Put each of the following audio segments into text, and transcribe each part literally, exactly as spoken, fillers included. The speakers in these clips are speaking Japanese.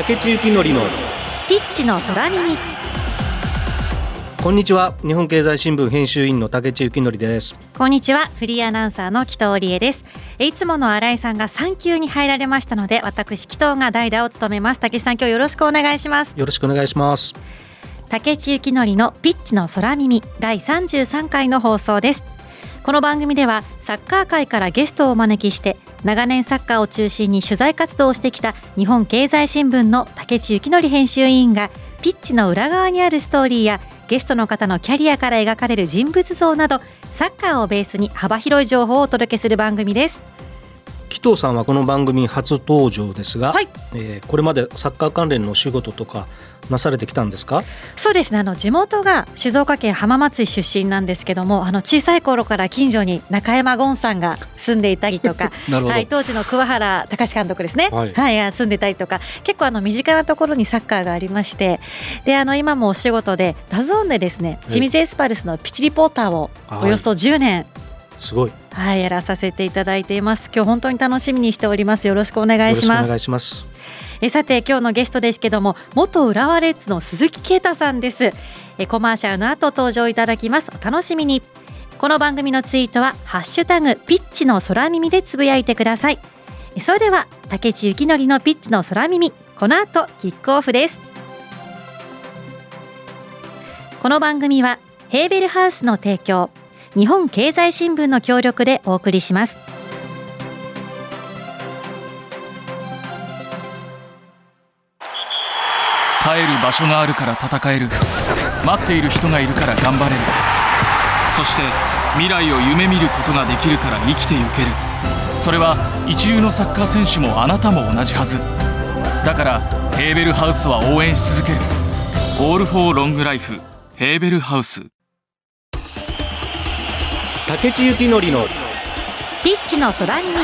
竹地幸典のピッチの空耳。 こんにちは。日本経済新聞編集員の竹地幸典です。 こんにちは。フリーアナウンサーの紀藤理恵です。いつもの新井さんが産休に入られましたので、私紀藤が代打を務めます。竹地さん、今日よろしくお願いします。 よろしくお願いします。 竹地幸典のピッチの空耳だいさんじゅうさんかいの放送です。この番組ではサッカー界からゲストをお招きして長年サッカーを中心に取材活動をしてきた日本経済新聞の竹地幸典編集委員がピッチの裏側にあるストーリーやゲストの方のキャリアから描かれる人物像などサッカーをベースに幅広い情報をお届けする番組です。 紀藤さんはこの番組初登場ですが、 はいえー、これまでサッカー関連のお仕事とかなされてきたんですか？ そうですね、あの地元が静岡県浜松市出身なんですけども、あの小さい頃から近所に中山ゴンさんが住んでいたりとかはい、当時の桑原隆監督ですね、はいはい、住んでたりとか結構あの身近なところにサッカーがありまして、であの今もお仕事でダゾーンでですね清水エスパルスのピッチリポーターをおよそじゅうねん、はい、 すごい、 はい、やらさせていただいています。今日本当に楽しみにしております。よろしくお願いします。 よろしくお願いします。 えさて今日のゲストですけども、元浦和レッズの鈴木啓太さんです。えコマーシャルの後登場いただきます。お楽しみに。この番組のツイートはハッシュタグピッチの空耳でつぶやいてください。えそれでは竹地幸典のピッチの空耳、この後キックオフです。この番組はヘーベルハウスの提供、日本経済新聞の協力でお送りします。 帰る場所があるから戦える、待っている人がいるから頑張れる、そして未来を夢見ることができるから生きてゆける。それは一流のサッカー選手もあなたも同じはずだから、ヘーベルハウスは応援し続ける。オールフォーロングライフ、ヘーベルハウス。 竹地幸典のピッチの空耳。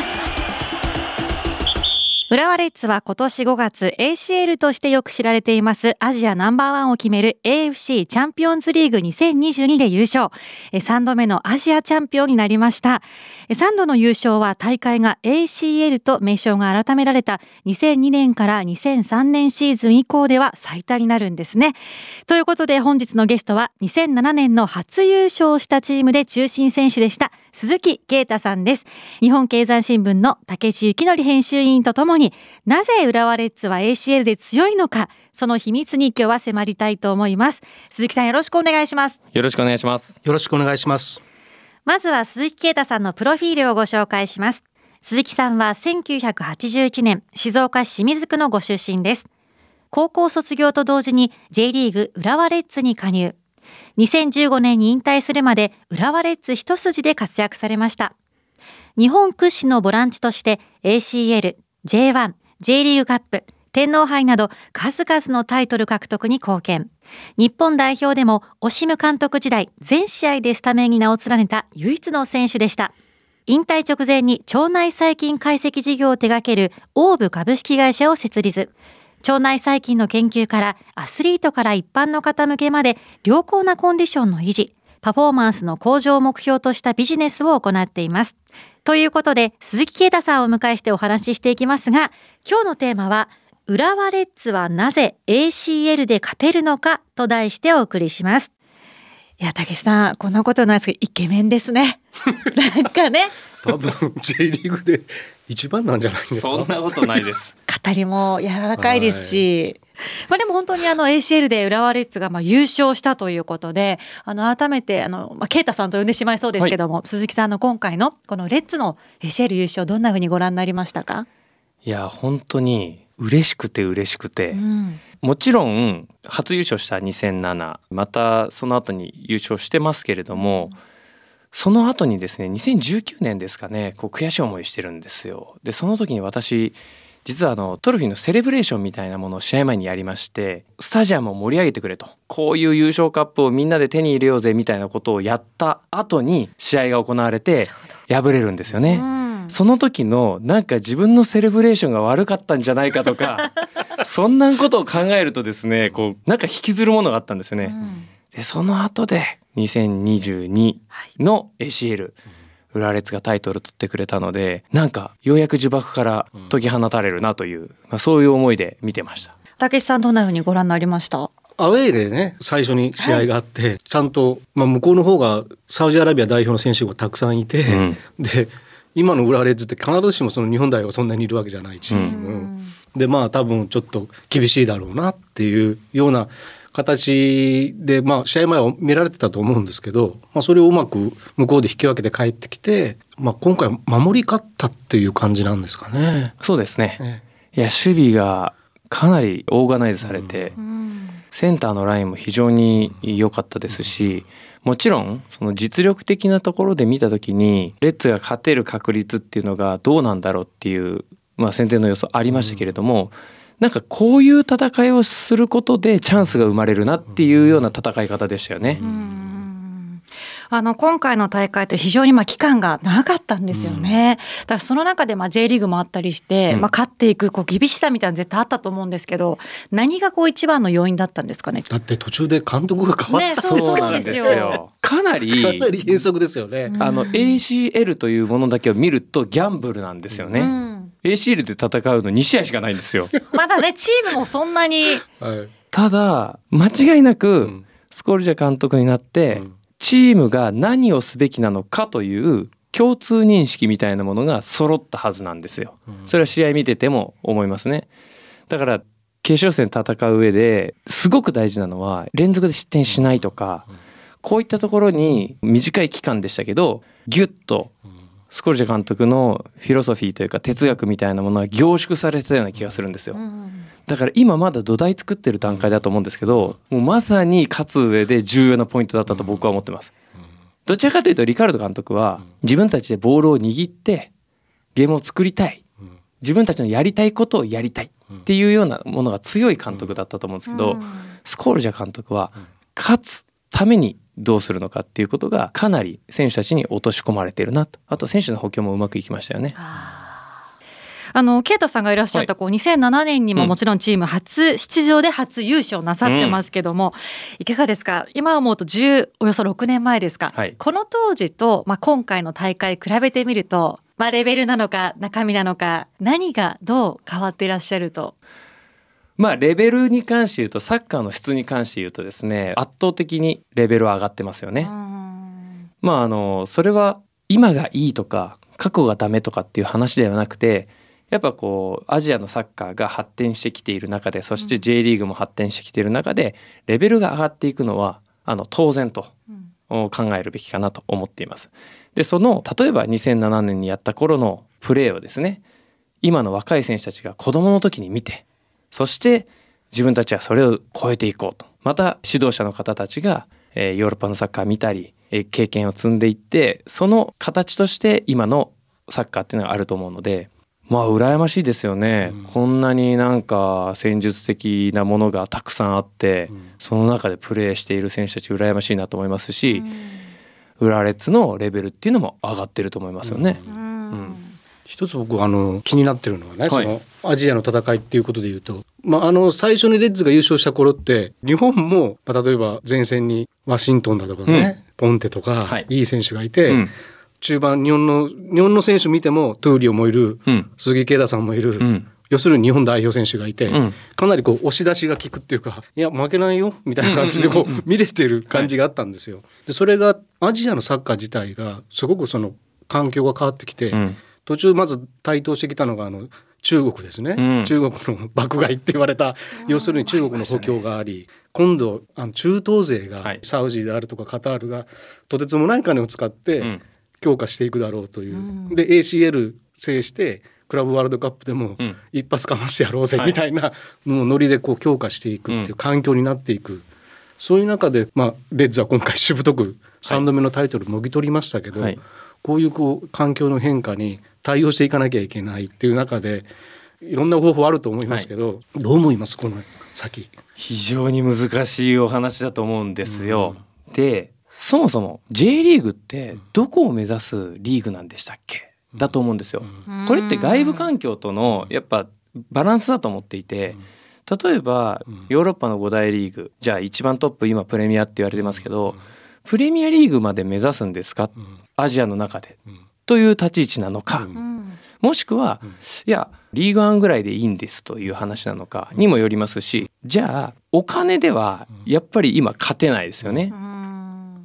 浦和レッズは今年ごがつ エーシーエル としてよく知られていますアジアナンバーワンを決める エーエフシー チャンピオンズリーグにせんにじゅうにで優勝、さんどめのアジアチャンピオンになりました。さんどの優勝は大会が エーシーエル と名称が改められたにせんにねんからにせんさんねんシーズン以降では最多になるんですね。ということで本日のゲストはにせんななねんの初優勝したチームで中心選手でした鈴木啓太さんです。日本経済新聞の竹地幸典編集委員とともに、なぜ浦和レッズは エーシーエル で強いのか、その秘密に今日は迫りたいと思います。鈴木さん、よろしくお願いします。 よろしくお願いします。 よろしくお願いします。 まずは鈴木啓太さんのプロフィールをご紹介します。鈴木さんはせんきゅうひゃくはちじゅういちねん静岡市清水区のご出身です。高校卒業と同時に J リーグ浦和レッズに加入。にせんじゅうごねんに引退するまで浦和レッズ一筋で活躍されました。日本屈指のボランチとして エーシーエル、ジェイワン、J リーグカップ、天皇杯など数々のタイトル獲得に貢献。日本代表でもオシム監督時代全試合でスタメンに名を連ねた唯一の選手でした。引退直前に腸内細菌解析事業を手掛けるオーブ株式会社を設立。腸内細菌の研究からアスリートから一般の方向けまで良好なコンディションの維持、パフォーマンスの向上を目標としたビジネスを行っています。ということで鈴木啓太さんをお迎えしてお話ししていきますが、今日のテーマは浦和レッズはなぜ エーシーエル で勝てるのかと題してお送りします。いや、竹さん、こんなことないですけどイケメンですねなんかね、 多分 J リーグで一番なんじゃないですか？ そんなことないです語りも柔らかいですし、まあ、でも本当にあの エーシーエル で浦和レッズがまあ優勝したということで、あの改めてあの、まあ、啓太さんと呼んでしまいそうですけども、はい、鈴木さんの今回のこのレッズの エーシーエル 優勝、どんな風にご覧になりましたか？ いや本当に嬉しくて嬉しくて、うん、もちろん初優勝したにせんなな、またその後に優勝してますけれども、うん、その後にですねにせんじゅうきゅうねんですかね、こう悔しい思いしてるんですよ。でその時に私実はあのトロフィーのセレブレーションみたいなものを試合前にやりまして、スタジアムを盛り上げてくれと、こういう優勝カップをみんなで手に入れようぜみたいなことをやった後に試合が行われて敗れるんですよね、うん、その時のなんか自分のセレブレーションが悪かったんじゃないかとかそんなことを考えるとですね、こうなんか引きずるものがあったんですよね、うん、でその後でにせんにじゅうにの エーシーエル、浦和レッズがタイトル取ってくれたので、なんかようやく呪縛から解き放たれるなという、まあ、そういう思いで見てました。 武さんどんな風にご覧になりました？ アウェーでね最初に試合があって、はい、ちゃんと、まあ、向こうの方がサウジアラビア代表の選手がたくさんいて、うん、で今の浦和レッズって必ずしもその日本代表がそんなにいるわけじゃないチーム、うん、でまあ多分ちょっと厳しいだろうなっていうような形で、まあ、試合前は見られてたと思うんですけど、まあ、それをうまく向こうで引き分けて帰ってきて、まあ、今回守り勝ったっていう感じなんですかね。 そうですね、ねいや守備がかなりオーガナイズされて、うん、センターのラインも非常に良かったですし、もちろんその実力的なところで見た時にレッズが勝てる確率っていうのがどうなんだろうっていう、まあ、先手の予想ありましたけれども、うんなんかこういう戦いをすることでチャンスが生まれるなっていうような戦い方でしたよね。 うんあの今回の大会って非常にまあ期間が長かったんですよね。だからその中でまあ J リーグもあったりして、まあ勝っていくこう厳しさみたいなの絶対あったと思うんですけど、何がこう一番の要因だったんですかね。 だって途中で監督が変わったんですからね。 そうなんですよ。かなりかなり変則ですよね。 あの エーシーエル というものだけを見るとギャンブルなんですよね。うんエーシーエル で戦うのに試合しかないんですよ。 まだねチームもそんなに、 はい、ただ間違いなくスコルジャ監督になって、うん、チームが何をすべきなのかという共通認識みたいなものが揃ったはずなんですよ、うん、それは試合見てても思いますね。だから決勝戦戦う上ですごく大事なのは連続で失点しないとか、うん、こういったところに短い期間でしたけどギュッとスコルジャ監督のフィロソフィーというか哲学みたいなものが凝縮されてたような気がするんですよ。だから今まだ土台作ってる段階だと思うんですけど、もうまさに勝つ上で重要なポイントだったと僕は思ってます。どちらかというとリカルド監督は自分たちでボールを握ってゲームを作りたい、自分たちのやりたいことをやりたいっていうようなものが強い監督だったと思うんですけど、スコルジャ監督は勝つためにどうするのかっていうことがかなり選手たちに落とし込まれているなと。あと選手の補強もうまくいきましたよね。 あの啓太さんがいらっしゃったこうにせんななねんにももちろんチーム初出場で初優勝なさってますけども、うん、いかがですか？今思うとじゅうおよそろくねんまえですか、はい、この当時と、まあ、今回の大会比べてみると、まあ、レベルなのか中身なのか何がどう変わっていらっしゃると？ まあレベルに関して言うとサッカーの質に関して言うとですね、圧倒的にレベルは上がってますよね。まああのそれは今がいいとか過去がダメとかっていう話ではなくて、やっぱこうアジアのサッカーが発展してきている中で、そして J リーグも発展してきている中でレベルが上がっていくのはあの当然と考えるべきかなと思っています。でその例えばにせんななねんにやった頃のプレーをですね、今の若い選手たちが子どもの時に見て、そして自分たちはそれを超えていこうと、また指導者の方たちが、えー、ヨーロッパのサッカー見たり、えー、経験を積んでいって、その形として今のサッカーっていうのがあると思うので、まあ羨ましいですよね、うん、こんなになんか戦術的なものがたくさんあって、うん、その中でプレーしている選手たち羨ましいなと思いますし、うん、浦和レッズのレベルっていうのも上がってると思いますよね、うんうん一つ僕あの気になってるのはね、はい、そのアジアの戦いっていうことでいうと、まあ、あの最初にレッズが優勝した頃って日本も、まあ、例えば前線にワシントンだとかね、うん、ポンテとか、はい、いい選手がいて、うん、中盤日本の日本の選手見てもトゥーリオもいる、うん、鈴木啓太さんもいる、うん、要するに日本代表選手がいて、うん、かなりこう押し出しが効くっていうか、いや負けないよみたいな感じでこう見れてる感じがあったんですよ。でそれがアジアのサッカー自体がすごくその環境が変わってきて、うん途中まず台頭してきたのがあの中国ですね、うん、中国の爆買いって言われた、要するに中国の補強があり、今度あの中東勢が、はい、サウジであるとかカタールがとてつもない金を使って強化していくだろうという、うん、で エーシーエル 制してクラブワールドカップでも一発かましてやろうぜみたいなのをノリでこう強化していくっていう環境になっていく、うん、そういう中で、まあ、レッズは今回しぶとくさんどめのタイトルもぎ取りましたけど、はい、こういうこう環境の変化に対応していかなきゃいけないっていう中でいろんな方法あると思いますけど、はい、どう思いますこの先？ 非常に難しいお話だと思うんですよ、うん、でそもそも J リーグってどこを目指すリーグなんでしたっけ、うん、だと思うんですよ、うん、これって外部環境とのやっぱバランスだと思っていて、例えばヨーロッパのご大リーグ、じゃあ一番トップ今プレミアって言われてますけど、プレミアリーグまで目指すんですか、アジアの中でという立ち位置なのか、うん、 もしくは、うん、いやリーグワンぐらいでいいんですという話なのかにもよりますし、じゃあお金ではやっぱり今勝てないですよね、うん、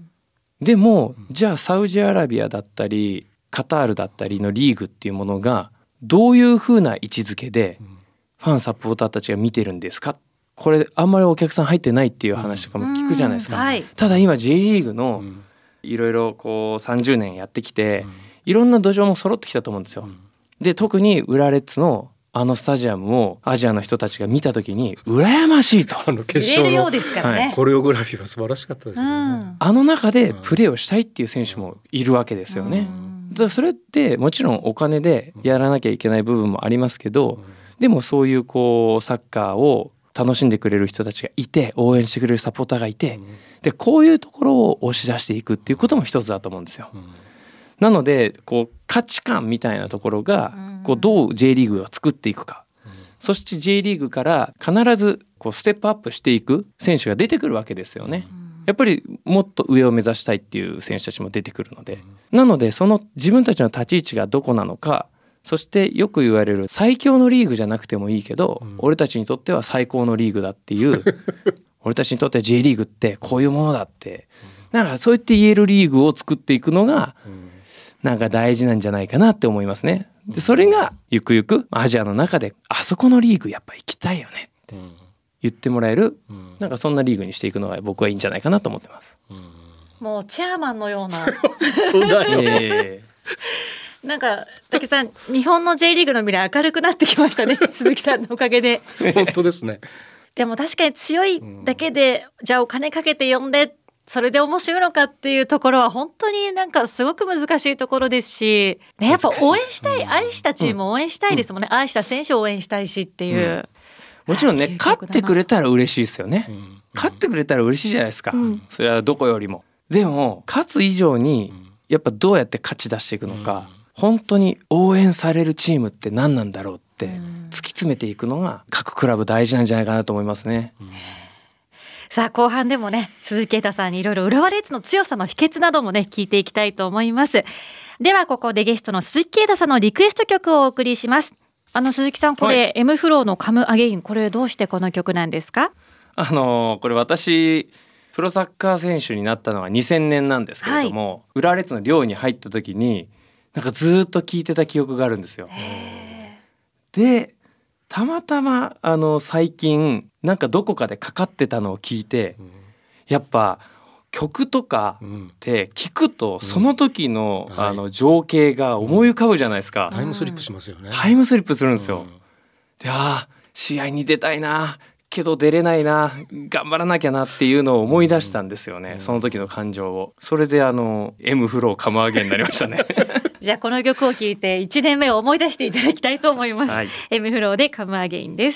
でもじゃあサウジアラビアだったりカタールだったりのリーグっていうものがどういう風な位置づけでファンサポーターたちが見てるんですか。これあんまりお客さん入ってないっていう話とかも聞くじゃないですか、うんはい、ただ今 J リーグのいろいろこうさんじゅうねんやってきていろんな土壌も揃ってきたと思うんですよ。で特に浦和レッズのあのスタジアムをアジアの人たちが見た時に羨ましいと。 あの決勝のコレオグラフィーは素晴らしかったですよね、うん、 あの中でプレーをしたいっていう選手もいるわけですよね、うん、それってもちろんお金でやらなきゃいけない部分もありますけど、でもそういうこうサッカーを楽しんでくれる人たちがいて応援してくれるサポーターがいて、でこういうところを押し出していくっていうことも一つだと思うんですよ。なのでこう価値観みたいなところがこうどう J リーグを作っていくか、そして J リーグから必ずこうステップアップしていく選手が出てくるわけですよね。やっぱりもっと上を目指したいっていう選手たちも出てくるので、なのでその自分たちの立ち位置がどこなのか、そしてよく言われる最強のリーグじゃなくてもいいけど、うん、俺たちにとっては最高のリーグだっていう俺たちにとっては J リーグってこういうものだって、うん、なんかそうやって言えるリーグを作っていくのが、うん、なんか大事なんじゃないかなって思いますね。でそれがゆくゆくアジアの中であそこのリーグやっぱ行きたいよねって言ってもらえる、うん、なんかそんなリーグにしていくのが僕はいいんじゃないかなと思ってます、うん、 もうチェアマンのような本当だよ、 えーなんか竹さん日本の J リーグの未来明るくなってきましたね鈴木さんのおかげで。 本当ですね。 でも確かに強いだけで、うん、じゃあお金かけて呼んでそれで面白いのかっていうところは本当になんかすごく難しいところですし、ね、やっぱ応援したい、うん、愛したチームを応援したいですもんね、うん、愛した選手を応援したいしっていう、うん、 もちろんね勝ってくれたら嬉しいですよね、うん、勝ってくれたら嬉しいじゃないですか、うん、それはどこよりも。でも勝つ以上にやっぱどうやって勝ち出していくのか、うん本当に応援されるチームって何なんだろうって突き詰めていくのが各クラブ大事なんじゃないかなと思いますね、うん、 さあ後半でもね鈴木啓太さんにいろいろ浦和レッズの強さの秘訣などもね聞いていきたいと思います。ではここでゲストの鈴木啓太さんのリクエスト曲をお送りします。あの鈴木さんこれ、はい、M フローのカムアゲイン、これどうしてこの曲なんですか？ あのー、これ私プロサッカー選手になったのはにせんねんなんですけれども、はい、浦和レッズの寮に入った時になんかずっと聞いてた記憶があるんですよ。でたまたまあの最近なんかどこかでかかってたのを聞いて、うん、やっぱ曲とかって聞くとその時の、うん、あの情景が思い浮かぶじゃないですか、 うん、タイムスリップしますよね。 タイムスリップするんですよ、うん、であ試合に出たいなけど出れないな頑張らなきゃなっていうのを思い出したんですよね、うん、その時の感情を。それであの M フローカムアゲインになりましたねじゃあこの曲を聴いていちねんめを思い出していただきたいと思います、はい、M フローでカムアゲインです。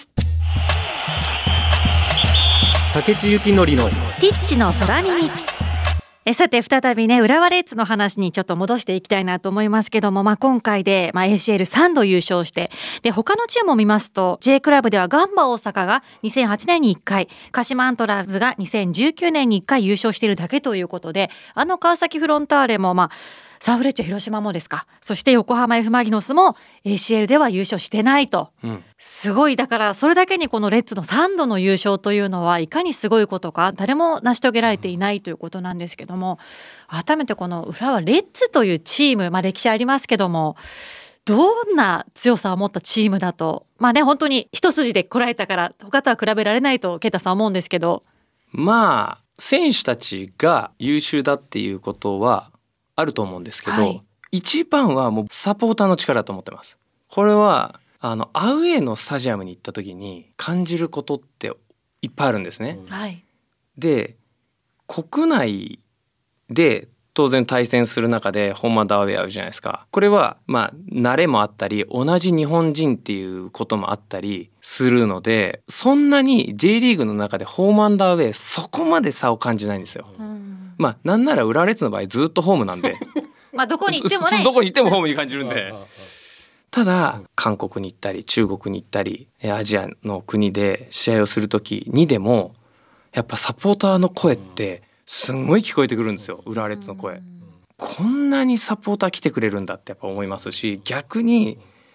竹地幸典のピッチの空耳。えさて再びね浦和レッズの話にちょっと戻していきたいなと思いますけども、まあ、今回で、まあ、エーシーエルさん 度優勝して、で他のチームを見ますと J クラブではガンバ大阪がにせんはちねんにいっかい、鹿島アントラーズがにせんじゅうきゅうねんにいっかい優勝しているだけということで、あの川崎フロンターレもまあサンフレッチェ広島もですか、そして横浜 F マリノスも エーシーエル では優勝してないと、うん、すごい。だからそれだけにこのレッズのさんどの優勝というのはいかにすごいことか誰も成し遂げられていないということなんですけども、改めてこの浦和レッズというチーム、まあ、歴史ありますけどもどんな強さを持ったチームだと、まあね本当に一筋で来られたから他とは比べられないと啓太さん思うんですけど、 まあ選手たちが優秀だっていうことはあると思うんですけど、はい、一番はもうサポーターの力だと思ってます。これはあのアウェーのスタジアムに行った時に感じることっていっぱいあるんですね、 はい、 で国内で当然対戦する中でホームアンドアウェーあるじゃないですか。これはまあ慣れもあったり同じ日本人っていうこともあったりするので、そんなに J リーグの中でホームアンドアウェーそこまで差を感じないんですよ、うん、まあなんなら浦和レッズの場合ずっとホームなんでまあどこに行ってもねどこに行ってもホームに感じるんでただ韓国に行ったり中国に行ったりアジアの国で試合をする時にでもやっぱサポーターの声ってすんごい聞こえてくるんですよ。浦和レッズの声、こんなにサポーター来てくれるんだってやっぱ思いますし、逆に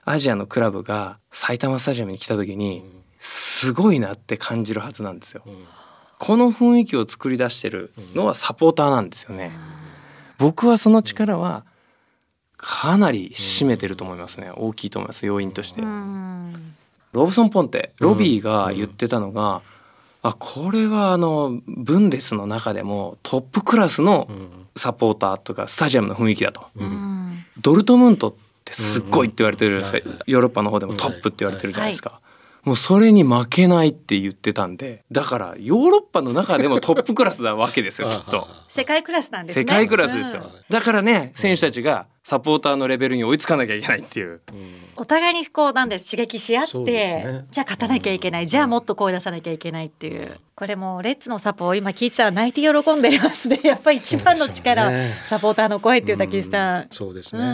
アジアのクラブが埼玉スタジアムに来た時にすごいなって感じるはずなんですよ。この雰囲気を作り出してるのはサポーターなんですよね。僕はその力はかなり占めてると思いますね。大きいと思います、要因として。ロブソン・ポンテ、ロビーが言ってたのが、あ、これはあのブンデスの中でもトップクラスのサポーターとかスタジアムの雰囲気だと。ドルトムントってすっごいって言われてる、ヨーロッパの方でもトップって言われてるじゃないですか。もうそれに負けないって言ってたんで、だからヨーロッパの中でもトップクラスなわけですよきっと。 世界クラスなんですね。 世界クラスですよ、うん、だからね、選手たちがサポーターのレベルに追いつかなきゃいけないっていう、うん、 お互いにこうなんで刺激し合って、 ね、 じゃあ勝たなきゃいけない、うん、じゃあもっと声出さなきゃいけないっていう、うん、これもレッツのサポを今聞いてたら泣いて喜んでますね。やっぱり一番の力はサポーターの声っていうだけでした、 うん、そうですね、 うん、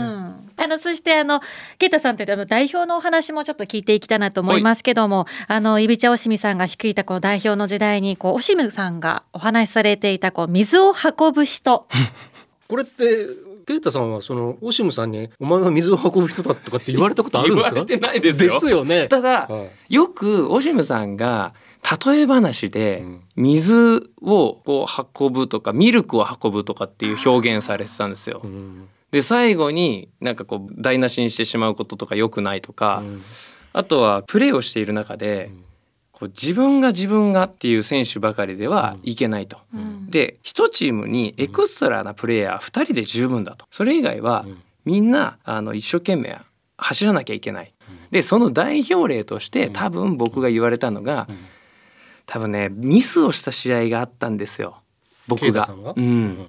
あのそしてあのケイタさんというと代表のお話もちょっと聞いていきたいなと思いますけども、あのイビチャ・オシミさんが率いたこの代表の時代にこうオシムさんがお話しされていたこう水を運ぶ人これってケイタさんはそのオシムさんにお前が水を運ぶ人だとかって言われたことあるんですか？ 言われてないですよ。 ですよね。 ただ、はい、よくオシムさんが例え話で水をこう運ぶとかミルクを運ぶとかっていう表現されてたんですよ、うん、で最後になんかこう台無しにしてしまうこととか良くないとか、うん、あとはプレーをしている中で、うんこう自分が自分がっていう選手ばかりではいけないと、うん、で一チームにエクストラなプレイヤーふたりで十分だと。それ以外はみんなあの一生懸命走らなきゃいけない、うん、でその代表例として多分僕が言われたのが、うん、多分ねミスをした試合があったんですよ僕が、うん、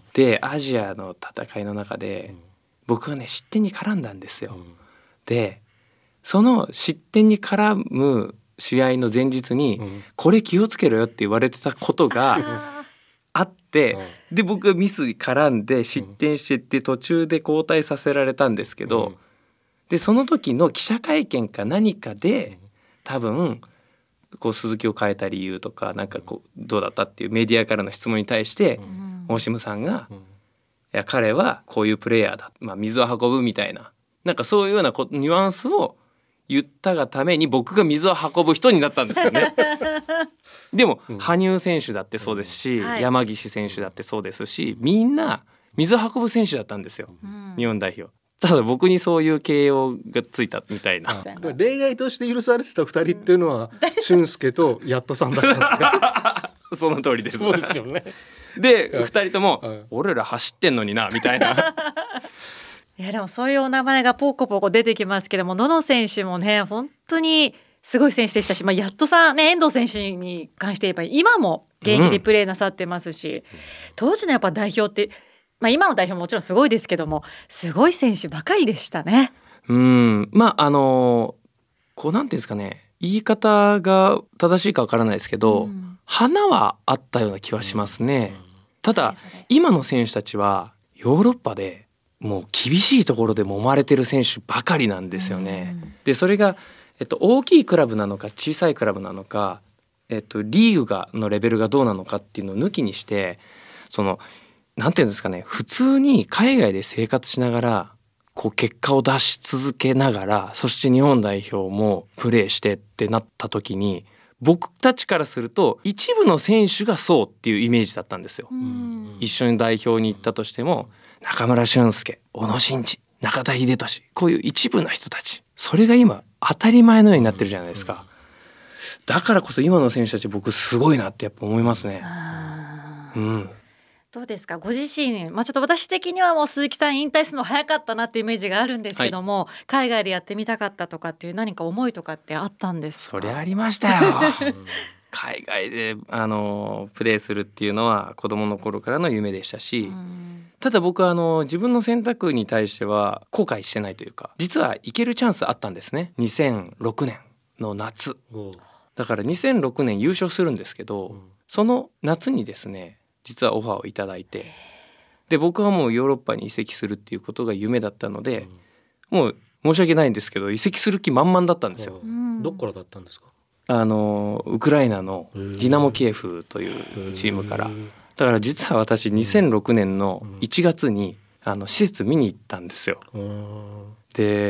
でアジアの戦いの中で、うん、僕がね失点に絡んだんですよ、うん、でその失点に絡む試合の前日に、うん、これ気をつけろよって言われてたことがあって、うん、で僕がミス絡んで失点してって途中で交代させられたんですけど、うん、でその時の記者会見か何かで多分こう鈴木を変えた理由とかなんかこうどうだったっていうメディアからの質問に対して、うん、オシムさんが、うん、いや彼はこういうプレイヤーだ、まあ、水を運ぶみたいななんかそういうようなこニュアンスを言ったがために僕が水を運ぶ人になったんですよねでも、うん、羽生選手だってそうですし、うん、山岸選手だってそうですし、みんな水を運ぶ選手だったんですよ、うん、日本代表。ただ僕にそういう形容がついたみたいな。 例外として許されてたふたりっていうのは、うん、俊介とヤットさんだったんですかその通りです。 そうですよね。 でふたりとも、うん、俺ら走ってんのになみたいないやでもそういうお名前がポコポコ出てきますけども、どの選手もね本当にすごい選手でしたし、まあ、やっとさね遠藤選手に関して言えば今も現役でプレーなさってますし、うん、当時のやっぱ代表って、まあ、今の代表ももちろんすごいですけどもすごい選手ばかりでしたね。 うんまああのこうなんていうんですかね、言い方が正しいかわからないですけど、うん、花はあったような気はしますね、うん、ただ今の選手たちはヨーロッパでもう厳しいところで揉まれてる選手ばかりなんですよね、うん、でそれが、えっと、大きいクラブなのか小さいクラブなのか、えっと、リーグがのレベルがどうなのかっていうのを抜きにして、そのなんていうんですかね、普通に海外で生活しながらこう結果を出し続けながら、そして日本代表もプレーしてってなった時に、僕たちからすると一部の選手がそうっていうイメージだったんですよ、うん、一緒に代表に行ったとしても中村俊輔、小野伸二、中田英寿、こういう一部の人たち、それが今当たり前のようになってるじゃないですか。だからこそ今の選手たち僕すごいなってやっぱ思いますね。うん、 どうですかご自身、まあ、ちょっと私的にはもう鈴木さん引退するの早かったなってイメージがあるんですけども、はい、海外でやってみたかったとかっていう何か思いとかってあったんですか？ そりゃありましたよ海外であのプレーするっていうのは子供の頃からの夢でしたし、ただ僕はあの自分の選択に対しては後悔してないというか、実は行けるチャンスあったんですね。にせんろくねんの夏だからにせんろくねん優勝するんですけど、うん、その夏にですね実はオファーをいただいて、で僕はもうヨーロッパに移籍するっていうことが夢だったので、うん、もう申し訳ないんですけど移籍する気満々だったんですよ、 うん、どっからだったんですか？ あのウクライナのディナモキエフというチームから。だから実は私にせんろくねんのいちがつにあの施設見に行ったんですよ。で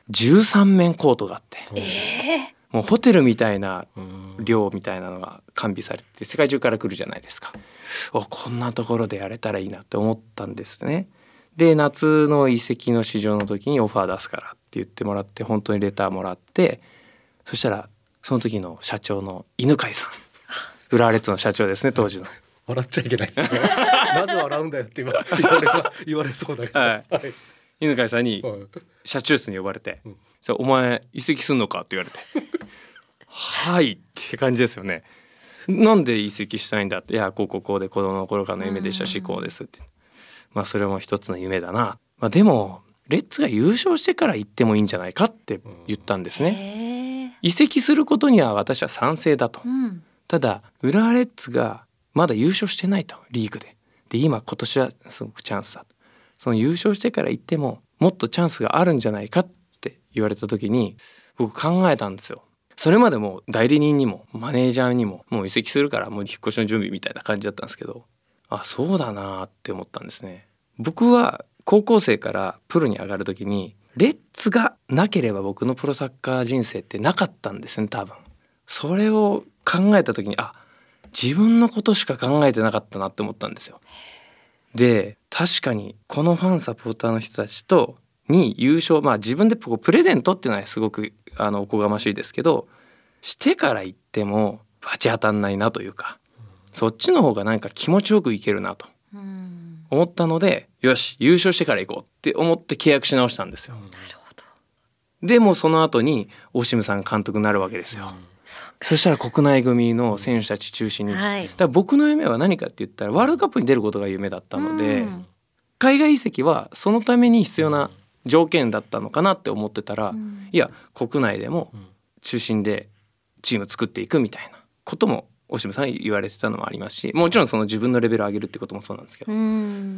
じゅうさんめんコートがあって、 えー、 もうホテルみたいな寮みたいなのが完備されて世界中から来るじゃないですか。おこんなところでやれたらいいなって思ったんですね。で夏の移籍の市場の時にオファー出すからって言ってもらって、本当にレターもらって、そしたらその時の社長の犬飼さん浦和レッズの社長ですね、当時の。 笑っちゃいけないですねなぜ笑うんだよって言われ言われそうだけど、 はいはい、犬飼さんに社長室に呼ばれて、うん、お前移籍すんのかって言われてはいって感じですよね。なんで移籍したいんだって、いやこうこうこうで子供の頃からの夢でしたし、こうですって、まあそれも一つの夢だな、まあ、でもレッツが優勝してから行ってもいいんじゃないかって言ったんですね。移籍することには私は賛成だと、うん、ただ浦和レッズがまだ優勝してないと、リーグでで今今年はすごくチャンスだと、その優勝してから行ってももっとチャンスがあるんじゃないかって言われた時に、僕考えたんですよ。それまでも代理人にもマネージャーにももう移籍するからもう引っ越しの準備みたいな感じだったんですけど、あそうだなって思ったんですね。僕は高校生からプロに上がる時にレッツがなければ僕のプロサッカー人生ってなかったんですね、多分。それを考えた時にあ自分のことしか考えてなかったなって思ったんですよ。で確かにこのファンサポーターの人たちとに優勝、まあ自分でプレゼントっていうのはすごくあのおこがましいですけど、してから行っても罰当たんないなというか、そっちの方がなんか気持ちよくいけるなと思ったので、よし優勝してから行こうって思って契約し直したんですよ。なるほど。でもその後にオシムさん監督になるわけですよ。うん、そ, そしたら国内組の選手たち中心に、はい、だから僕の夢は何かって言ったらワールドカップに出ることが夢だったので、うん、海外移籍はそのために必要な条件だったのかなって思ってたら、うん、いや国内でも中心でチーム作っていくみたいなこともオシムさん言われてたのもありますし、もちろんその自分のレベルを上げるってこともそうなんですけど、うん、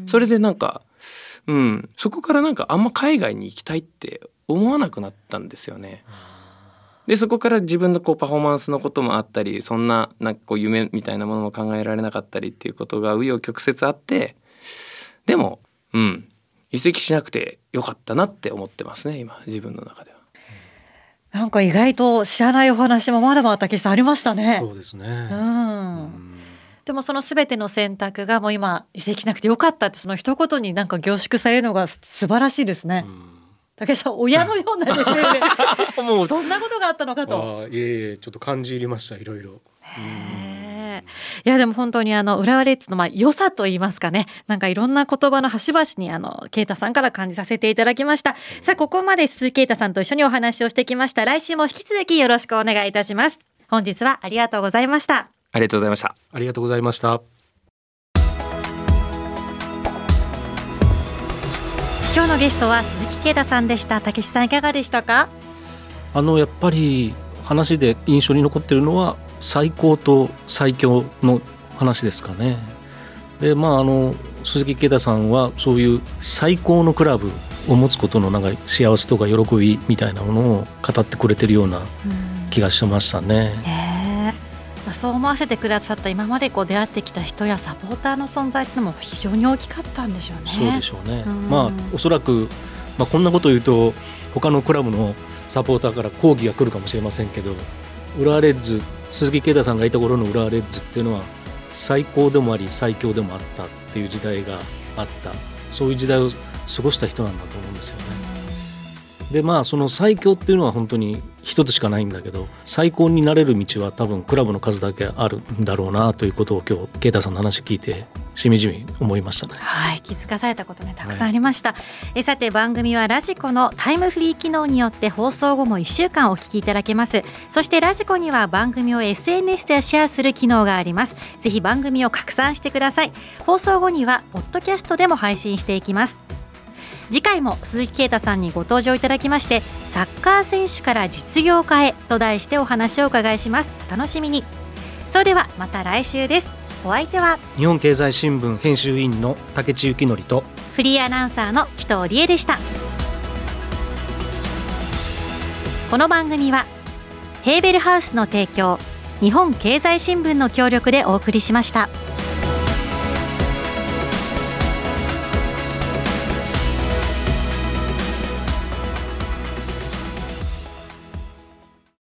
それでなんか、うん、そこからなんかあんま海外に行きたいって思わなくなったんですよね。でそこから自分のこうパフォーマンスのこともあったり、そんななんかこう夢みたいなものも考えられなかったりっていうことが紆余曲折あって、でもうん移籍しなくてよかったなって思ってますね、今自分の中では。 なんか意外と知らないお話もまだまだ竹下さんありましたね。 そうですね、 うん、うん、でもその全ての選択がもう今移籍しなくてよかったってその一言になんか凝縮されるのが素晴らしいですね。うん、竹下さん親のようなですねもうそんなことがあったのかと。 あいえいえちょっと感じ入りました、いろいろ。 いやでも本当にあの浦和レッズのまあ良さといいますかね、なんかいろんな言葉の端々にあの啓太さんから感じさせていただきました。さあここまで鈴木啓太さんと一緒にお話をしてきました。来週も引き続きよろしくお願いいたします。本日はありがとうございました。 ありがとうございました。 ありがとうございました。 今日のゲストは鈴木啓太さんでした。竹下さんいかがでしたか？ あのやっぱり話で印象に残っているのは最高と最強の話ですかね。でまああの鈴木啓太さんはそういう最高のクラブを持つことのなんか幸せとか喜びみたいなものを語ってくれてるような気がしましたね。 ねえ、そう思わせてくださった今までこう出会ってきた人やサポーターの存在ってのも非常に大きかったんでしょうね。 そうでしょうね。まあおそらく、まあ、こんなことを言うと他のクラブのサポーターから抗議が来るかもしれませんけど、浦和レッズ鈴木啓太さんがいた頃の浦和レッズっていうのは最高でもあり最強でもあったっていう時代があった、そういう時代を過ごした人なんだと思うんですよね。でまあその最強っていうのは本当に一つしかないんだけど、最高になれる道は多分クラブの数だけあるんだろうなということを今日啓太さんの話聞いてしみじみ思いましたね。 はい、気づかされたことねたくさんありました。はい、えさて番組はラジコのタイムフリー機能によって放送後もいっしゅうかんお聞きいただけます。そしてラジコには番組を エスエヌエス でシェアする機能があります。ぜひ番組を拡散してください。放送後にはポッドキャストでも配信していきます。次回も鈴木啓太さんにご登場いただきまして、サッカー選手から実業家へと題してお話をお伺いします。お楽しみに。それではまた来週です。お相手は日本経済新聞編集委員の竹地幸則とフリーアナウンサーの紀藤理恵でした。この番組はヘーベルハウスの提供、日本経済新聞の協力でお送りしました。